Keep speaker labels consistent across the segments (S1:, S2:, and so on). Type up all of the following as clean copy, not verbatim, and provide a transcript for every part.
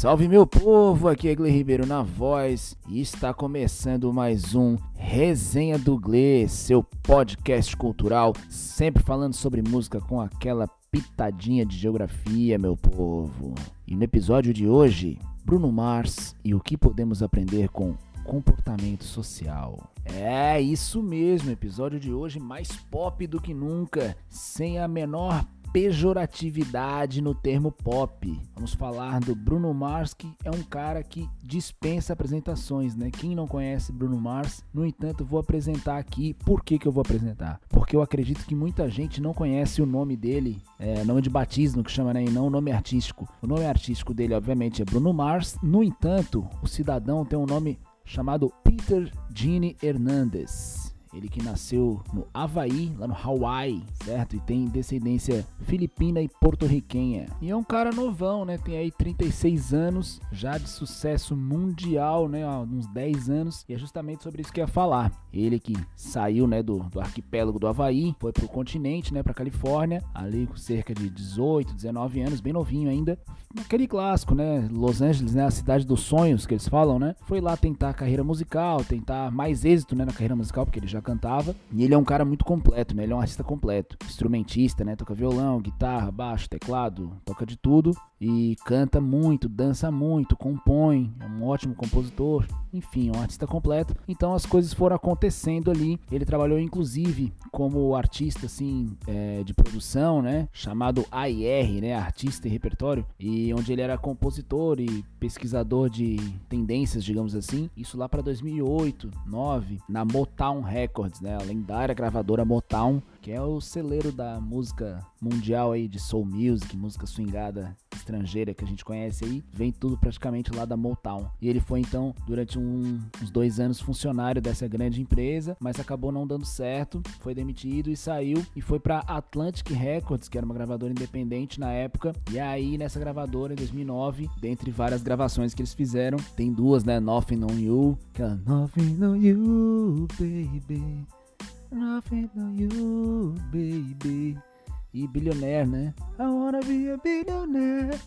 S1: Salve meu povo, aqui é Gle Ribeiro na voz e está começando mais um Resenha do Gle, seu podcast cultural, sempre falando sobre música com aquela pitadinha de geografia, meu povo. E no episódio de hoje, Bruno Mars e o que podemos aprender com comportamento social. É isso mesmo, episódio de hoje mais pop do que nunca, sem a menor pejoratividade no termo pop. Vamos falar do Bruno Mars, que é um cara que dispensa apresentações, né? Quem não conhece Bruno Mars, no entanto, vou apresentar aqui. Por que eu vou apresentar? Porque eu acredito que muita gente não conhece o nome dele, nome de batismo que chama, né? E não o nome artístico. O nome artístico dele, obviamente, é Bruno Mars. No entanto, o cidadão tem um nome chamado Peter Gene Hernandez. Ele que nasceu no Havaí, lá no Hawaii, certo? E tem descendência filipina e porto-riquenha. E é um cara novão, né? Tem aí 36 anos, já de sucesso mundial, né? Há uns 10 anos. E é justamente sobre isso que eu ia falar. Ele que saiu, né, do arquipélago do Havaí, foi pro continente, né, pra Califórnia, ali com cerca de 18, 19 anos, bem novinho ainda. Aquele clássico, né? Los Angeles, né? A cidade dos sonhos que eles falam, né? Foi lá tentar a carreira musical, tentar mais êxito, né, na carreira musical, porque ele já cantava. E ele é um cara muito completo, né? Ele é um artista completo. Instrumentista, né? Toca violão, guitarra, baixo, teclado, toca de tudo. E canta muito, dança muito, compõe. É um ótimo compositor. Enfim, é um artista completo. Então as coisas foram acontecendo ali. Ele trabalhou inclusive como artista, assim, de produção, né? Chamado AR, né? Artista e repertório. E onde ele era compositor e pesquisador de tendências, digamos assim. Isso lá para 2008, 2009, na Motown Records, né? A lendária gravadora Motown, que é o celeiro da música mundial aí de soul music, música swingada estrangeira que a gente conhece aí, vem tudo praticamente lá da Motown. E ele foi então, durante uns 2 anos, funcionário dessa grande empresa, mas acabou não dando certo, foi demitido e saiu e foi pra Atlantic Records, que era uma gravadora independente na época. E aí, nessa gravadora, em 2009, dentre várias gravações que eles fizeram, tem 2, né? Nothing on You, que é Nothing on You, baby, Nothing on You, baby, e Billionaire, né? I wanna be a billionaire,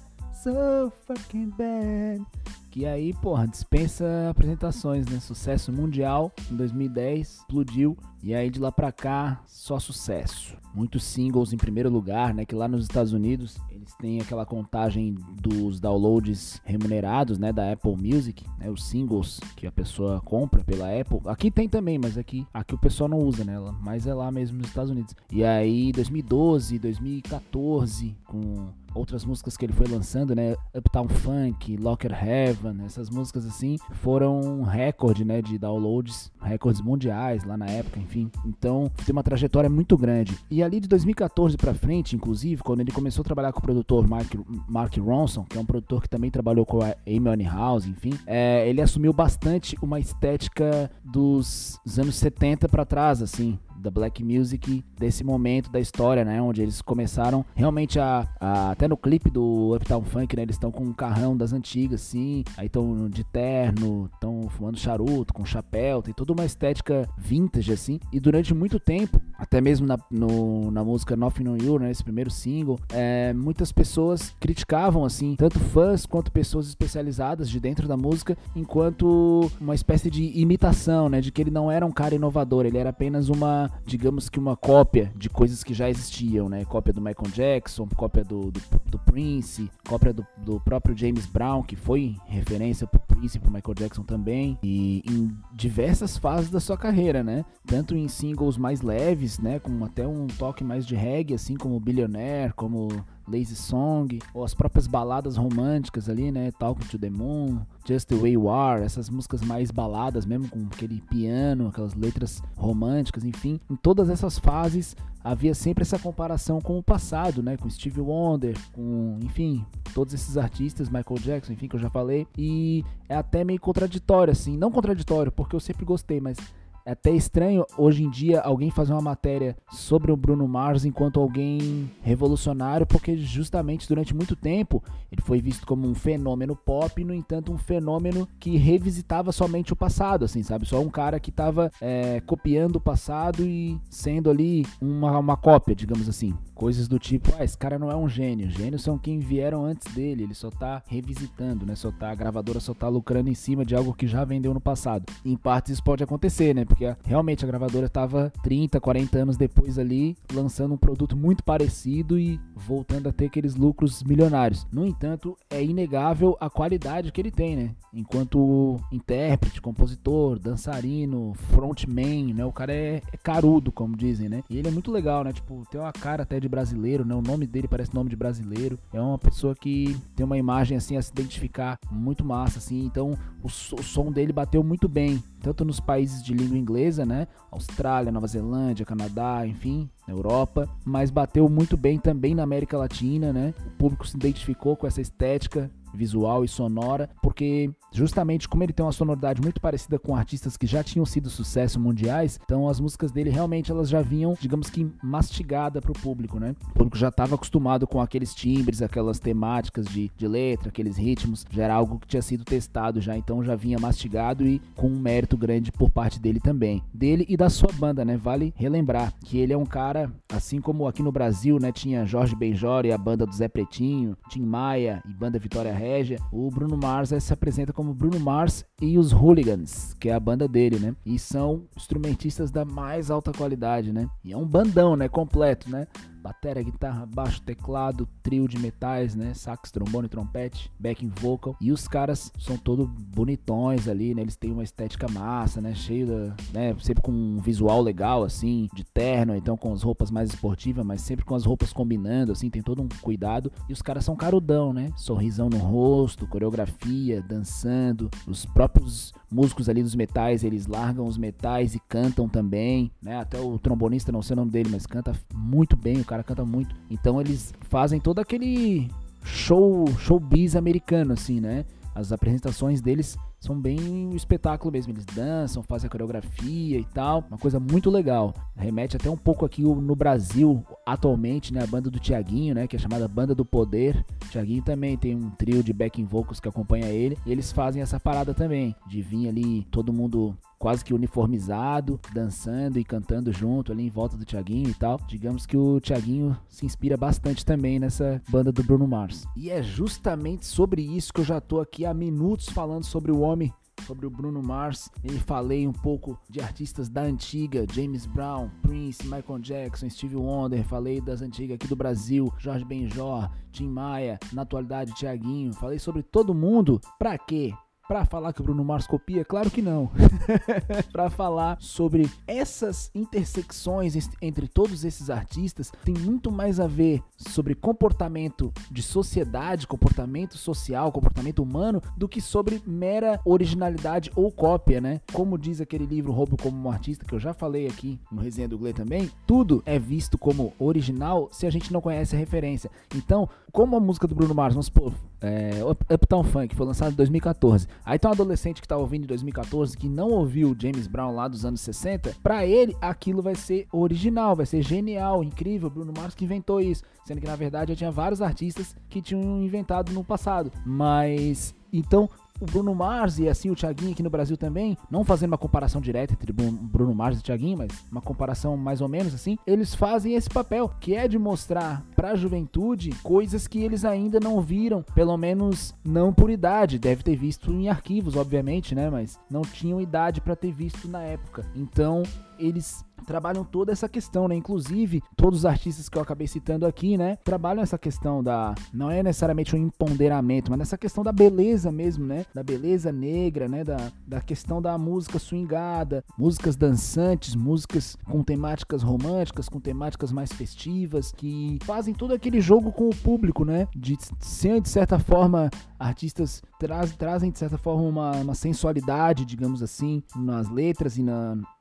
S1: so fucking bad. Que aí, porra, dispensa apresentações, né? Sucesso mundial em 2010, explodiu. E aí de lá pra cá, só sucesso. Muitos singles em primeiro lugar, né? Que lá nos Estados Unidos, eles têm aquela contagem dos downloads remunerados, né? Da Apple Music, né? Os singles que a pessoa compra pela Apple. Aqui tem também, mas aqui o pessoal não usa, né? Mas é lá mesmo nos Estados Unidos. E aí, 2012, 2014, com outras músicas que ele foi lançando, né? Uptown Funk, Locker Heaven, essas músicas assim, foram recorde, né? De downloads, recordes mundiais lá na época, enfim. Então, tem uma trajetória muito grande. E ali de 2014 pra frente, inclusive, quando ele começou a trabalhar com o produtor Mark Ronson, que é um produtor que também trabalhou com a Amy Winehouse, enfim, ele assumiu bastante uma estética dos anos 70 pra trás, assim, da black music desse momento da história, né, onde eles começaram realmente até no clipe do Uptown Funk, né, eles estão com um carrão das antigas, assim, aí estão de terno, estão fumando charuto, com chapéu, tem toda uma estética vintage, assim, e durante muito tempo, até mesmo na música Nothing on You, né, esse primeiro single, muitas pessoas criticavam, assim, tanto fãs quanto pessoas especializadas de dentro da música, enquanto uma espécie de imitação, né, de que ele não era um cara inovador, ele era apenas digamos que uma cópia de coisas que já existiam, né? Cópia do Michael Jackson, cópia do Prince, cópia do próprio James Brown, que foi referência pro Prince e pro Michael Jackson também, e em diversas fases da sua carreira, né? Tanto em singles mais leves, né? Com até um toque mais de reggae, assim como Billionaire, como Lazy Song, ou as próprias baladas românticas ali, né? Talking to the Moon, Just the Way You Are, essas músicas mais baladas mesmo, com aquele piano, aquelas letras românticas, enfim. Em todas essas fases havia sempre essa comparação com o passado, né? Com Stevie Wonder, com, enfim, todos esses artistas, Michael Jackson, enfim, que eu já falei. E é até meio contraditório, assim. Não contraditório, porque eu sempre gostei, mas É até estranho hoje em dia alguém fazer uma matéria sobre o Bruno Mars enquanto alguém revolucionário, porque justamente durante muito tempo ele foi visto como um fenômeno pop, no entanto um fenômeno que revisitava somente o passado, assim, sabe? Só um cara que tava copiando o passado e sendo ali uma cópia, digamos assim. Coisas do tipo, esse cara não é um gênio. Gênios são quem vieram antes dele. Ele só tá revisitando, né? A gravadora só tá lucrando em cima de algo que já vendeu no passado. E em partes isso pode acontecer, né? Porque realmente a gravadora tava 30, 40 anos depois ali, lançando um produto muito parecido e voltando a ter aqueles lucros milionários. No entanto, é inegável a qualidade que ele tem, né? Enquanto intérprete, compositor, dançarino, frontman, né? O cara é carudo, como dizem, né? E ele é muito legal, né? Tipo, tem uma cara até de brasileiro, né? O nome dele parece nome de brasileiro. É uma pessoa que tem uma imagem assim a se identificar muito massa, assim. Então o som dele bateu muito bem, tanto nos países de língua inglesa, né? Austrália, Nova Zelândia, Canadá, enfim, na Europa, mas bateu muito bem também na América Latina, né? O público se identificou com essa estética visual e sonora, porque justamente como ele tem uma sonoridade muito parecida com artistas que já tinham sido sucesso mundiais, então as músicas dele realmente elas já vinham, digamos que mastigada pro público, né? O público já estava acostumado com aqueles timbres, aquelas temáticas de letra, aqueles ritmos, já era algo que tinha sido testado já, então já vinha mastigado e com um mérito grande por parte dele também. Dele e da sua banda, né? Vale relembrar que ele é um cara, assim como aqui no Brasil, né, tinha Jorge Benjor e a banda do Zé Pretinho, Tim Maia e banda Vitória Régia, o Bruno Mars se apresenta como Bruno Mars e os Hooligans, que é a banda dele, né? E são instrumentistas da mais alta qualidade, né? E é um bandão, né? Completo, né? Bateria, guitarra, baixo, teclado, trio de metais, né? Sax, trombone, trompete, backing vocal. E os caras são todos bonitões ali, né? Eles têm uma estética massa, né? Cheio né? Sempre com um visual legal, assim, de terno, então com as roupas mais esportivas, mas sempre com as roupas combinando, assim, tem todo um cuidado. E os caras são carudão, né? Sorrisão no rosto, coreografia, dançando. Os próprios músicos ali dos metais, eles largam os metais e cantam também, né? Até o trombonista, não sei o nome dele, mas canta muito bem, o cara canta muito. Então eles fazem todo aquele showbiz americano, assim, né? As apresentações deles são bem um espetáculo mesmo, eles dançam, fazem a coreografia e tal, uma coisa muito legal. Remete até um pouco aqui no Brasil, atualmente, né, a banda do Thiaguinho, né, que é chamada Banda do Poder. O Thiaguinho também tem um trio de backing vocals que acompanha ele, e eles fazem essa parada também, de vir ali todo mundo quase que uniformizado, dançando e cantando junto ali em volta do Thiaguinho e tal. Digamos que o Thiaguinho se inspira bastante também nessa banda do Bruno Mars. E é justamente sobre isso que eu já tô aqui há minutos falando sobre o homem, sobre o Bruno Mars. E falei um pouco de artistas da antiga, James Brown, Prince, Michael Jackson, Stevie Wonder. Falei das antigas aqui do Brasil, Jorge Benjor, Tim Maia, na atualidade Thiaguinho. Falei sobre todo mundo. Pra quê? Pra falar que o Bruno Mars copia? Claro que não. Pra falar sobre essas intersecções entre todos esses artistas, tem muito mais a ver sobre comportamento de sociedade, comportamento social, comportamento humano, do que sobre mera originalidade ou cópia, né? Como diz aquele livro Roubo como um Artista, que eu já falei aqui no Resenha do Glê também, tudo é visto como original se a gente não conhece a referência. Então, como a música do Bruno Mars, vamos supor, Uptown Funk, foi lançado em 2014. Aí tem um adolescente que tá ouvindo em 2014 que não ouviu James Brown lá dos anos 60. Pra ele, aquilo vai ser original, vai ser genial, incrível. Bruno Mars que inventou isso. Sendo que na verdade já tinha vários artistas que tinham inventado no passado. Mas, então, o Bruno Mars e assim o Thiaguinho aqui no Brasil também, não fazendo uma comparação direta entre Bruno Mars e Thiaguinho, mas uma comparação mais ou menos assim, eles fazem esse papel, que é de mostrar pra juventude coisas que eles ainda não viram, pelo menos não por idade, deve ter visto em arquivos, obviamente, né, mas não tinham idade pra ter visto na época. Então, eles trabalham toda essa questão, né? Inclusive, todos os artistas que eu acabei citando aqui, né? Trabalham essa questão não é necessariamente um empoderamento, mas nessa questão da beleza mesmo, né? Da beleza negra, né? Da questão da música swingada, músicas dançantes, músicas com temáticas românticas, com temáticas mais festivas, que fazem todo aquele jogo com o público, né? De certa forma, artistas trazem de certa forma uma sensualidade, digamos assim, nas letras e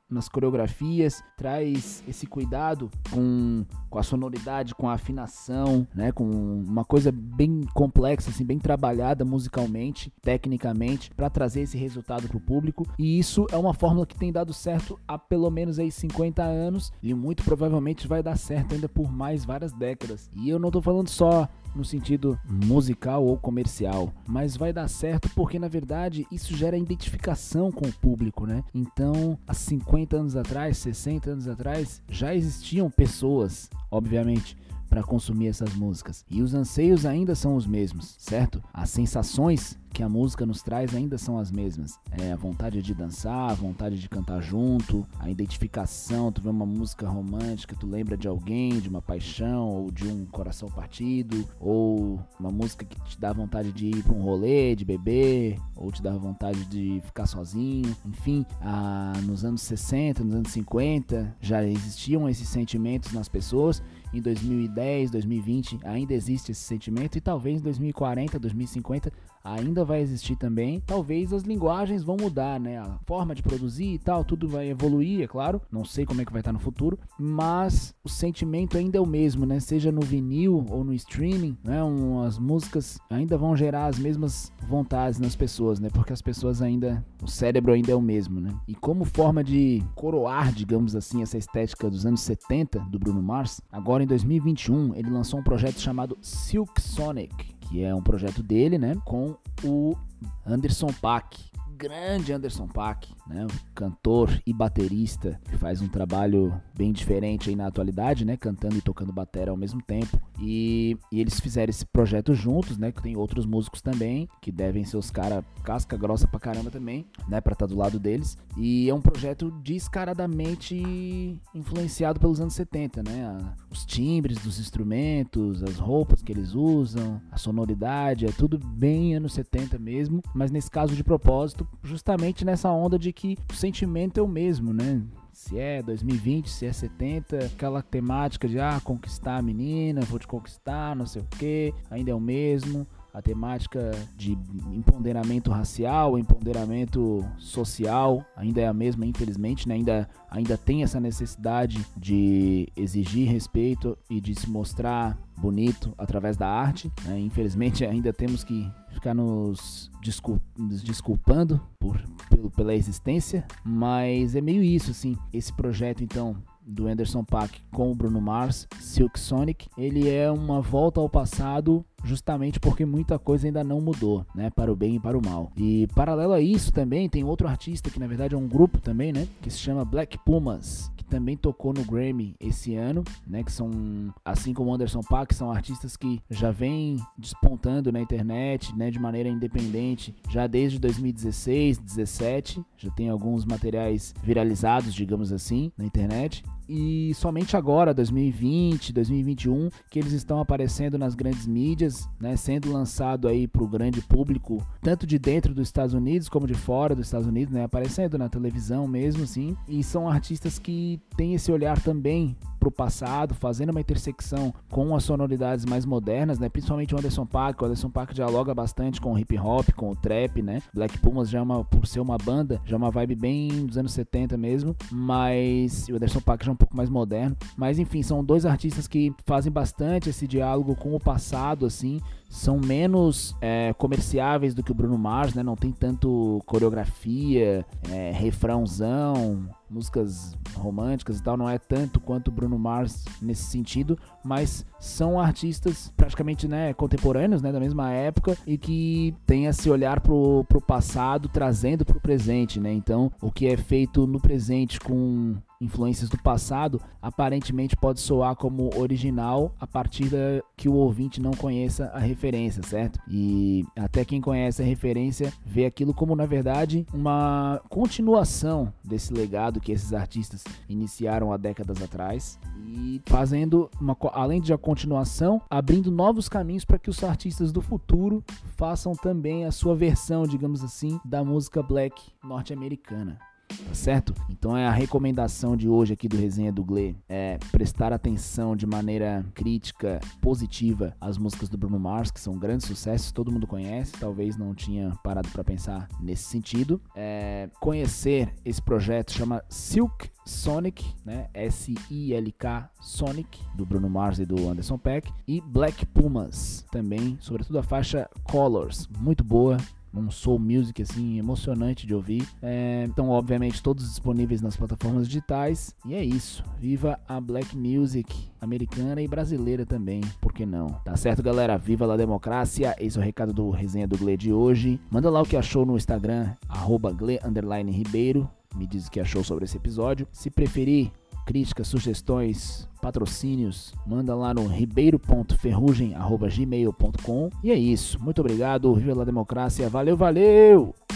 S1: nas coreografias, traz esse cuidado com a sonoridade, com a afinação, né, com uma coisa bem complexa, assim, bem trabalhada musicalmente, tecnicamente, para trazer esse resultado para o público. E isso é uma fórmula que tem dado certo há pelo menos aí 50 anos e muito provavelmente vai dar certo ainda por mais várias décadas. E eu não tô falando só no sentido musical ou comercial, mas vai dar certo porque na verdade isso gera identificação com o público, né? Então, há 50 anos atrás, 60 anos atrás, já existiam pessoas, obviamente, para consumir essas músicas. E os anseios ainda são os mesmos, certo? As sensações que a música nos traz ainda são as mesmas. A vontade de dançar, a vontade de cantar junto, a identificação, tu vê uma música romântica, tu lembra de alguém, de uma paixão, ou de um coração partido, ou uma música que te dá vontade de ir para um rolê, de beber, ou te dá vontade de ficar sozinho. Enfim, nos anos 60, nos anos 50, já existiam esses sentimentos nas pessoas. Em 2010, 2020 ainda existe esse sentimento e talvez em 2040, 2050 ainda vai existir também. Talvez as linguagens vão mudar, né? A forma de produzir e tal, tudo vai evoluir, é claro. Não sei como é que vai estar no futuro, mas o sentimento ainda é o mesmo, né? Seja no vinil ou no streaming, né? As músicas ainda vão gerar as mesmas vontades nas pessoas, né? Porque as pessoas ainda, o cérebro ainda é o mesmo, né? E como forma de coroar, digamos assim, essa estética dos anos 70 do Bruno Mars, agora em 2021 ele lançou um projeto chamado Silk Sonic, que é um projeto dele, né, com o Anderson .Paak, grande Anderson .Paak, né, cantor e baterista, que faz um trabalho bem diferente aí na atualidade, né, cantando e tocando bateria ao mesmo tempo. E eles fizeram esse projeto juntos, né, que tem outros músicos também, que devem ser os caras casca grossa pra caramba também, né, pra estar do lado deles. E é um projeto descaradamente influenciado pelos anos 70, né, os timbres dos instrumentos, as roupas que eles usam, a sonoridade, é tudo bem anos 70 mesmo, mas nesse caso de propósito, justamente nessa onda de que o sentimento é o mesmo, né? Se é 2020, se é 70, aquela temática de conquistar a menina, vou te conquistar, não sei o que, ainda é o mesmo. A temática de empoderamento racial, empoderamento social ainda é a mesma, infelizmente, né? Ainda tem essa necessidade de exigir respeito e de se mostrar bonito através da arte, né? Infelizmente ainda temos que ficar nos desculpando pela existência, mas é meio isso, assim. Esse projeto, então, do Anderson .Paak com o Bruno Mars, Silk Sonic, ele é uma volta ao passado justamente porque muita coisa ainda não mudou, né, para o bem e para o mal. E paralelo a isso também tem outro artista que na verdade é um grupo também, né, que se chama Black Pumas, que também tocou no Grammy esse ano, né, que são, assim como o Anderson .Paak, são artistas que já vêm despontando na internet, né, de maneira independente, já desde 2016, 2017, já tem alguns materiais viralizados, digamos assim, na internet. E somente agora, 2020, 2021, que eles estão aparecendo nas grandes mídias, né, sendo lançado aí para o grande público, tanto de dentro dos Estados Unidos como de fora dos Estados Unidos, né, aparecendo na televisão mesmo, assim. E são artistas que têm esse olhar também pro passado, fazendo uma intersecção com as sonoridades mais modernas, né? Principalmente o Anderson .Paak. O Anderson .Paak dialoga bastante com o hip hop, com o trap, né? Black Pumas já por ser uma banda, já é uma vibe bem dos anos 70 mesmo, mas o Anderson .Paak já é um pouco mais moderno. Mas enfim, são dois artistas que fazem bastante esse diálogo com o passado, assim. São menos comerciáveis do que o Bruno Mars, né? Não tem tanto coreografia, refrãozão, músicas românticas e tal, não é tanto quanto o Bruno Mars nesse sentido, mas são artistas praticamente, né, contemporâneos, né, da mesma época e que tem esse olhar pro passado trazendo pro presente, né? Então, o que é feito no presente com influências do passado, aparentemente pode soar como original a partir que o ouvinte não conheça a referência, certo? E até quem conhece a referência vê aquilo como, na verdade, uma continuação desse legado que esses artistas iniciaram há décadas atrás e fazendo, além de a continuação, abrindo novos caminhos para que os artistas do futuro façam também a sua versão, digamos assim, da música black norte-americana. tá certo? Então a recomendação de hoje aqui do Resenha do Gle é prestar atenção de maneira crítica, positiva às músicas do Bruno Mars, que são grandes sucessos, todo mundo conhece, talvez não tinha parado para pensar nesse sentido. Conhecer esse projeto chama Silk Sonic, né? S-I-L-K Sonic, do Bruno Mars e do Anderson .Paak, e Black Pumas também, sobretudo a faixa Colors, muito boa, um soul music assim emocionante de ouvir. Então obviamente todos disponíveis nas plataformas digitais, e é isso, viva a Black Music americana e brasileira também, por que não? Tá certo, galera? Viva a democracia. Esse é o recado do Resenha do Gle de hoje. Manda lá o que achou no Instagram, @gle_ribeiro, me diz o que achou sobre esse episódio. Se preferir críticas, sugestões, patrocínios, manda lá no ribeiro.ferrugem@gmail.com. E é isso, muito obrigado, viva a democracia, valeu!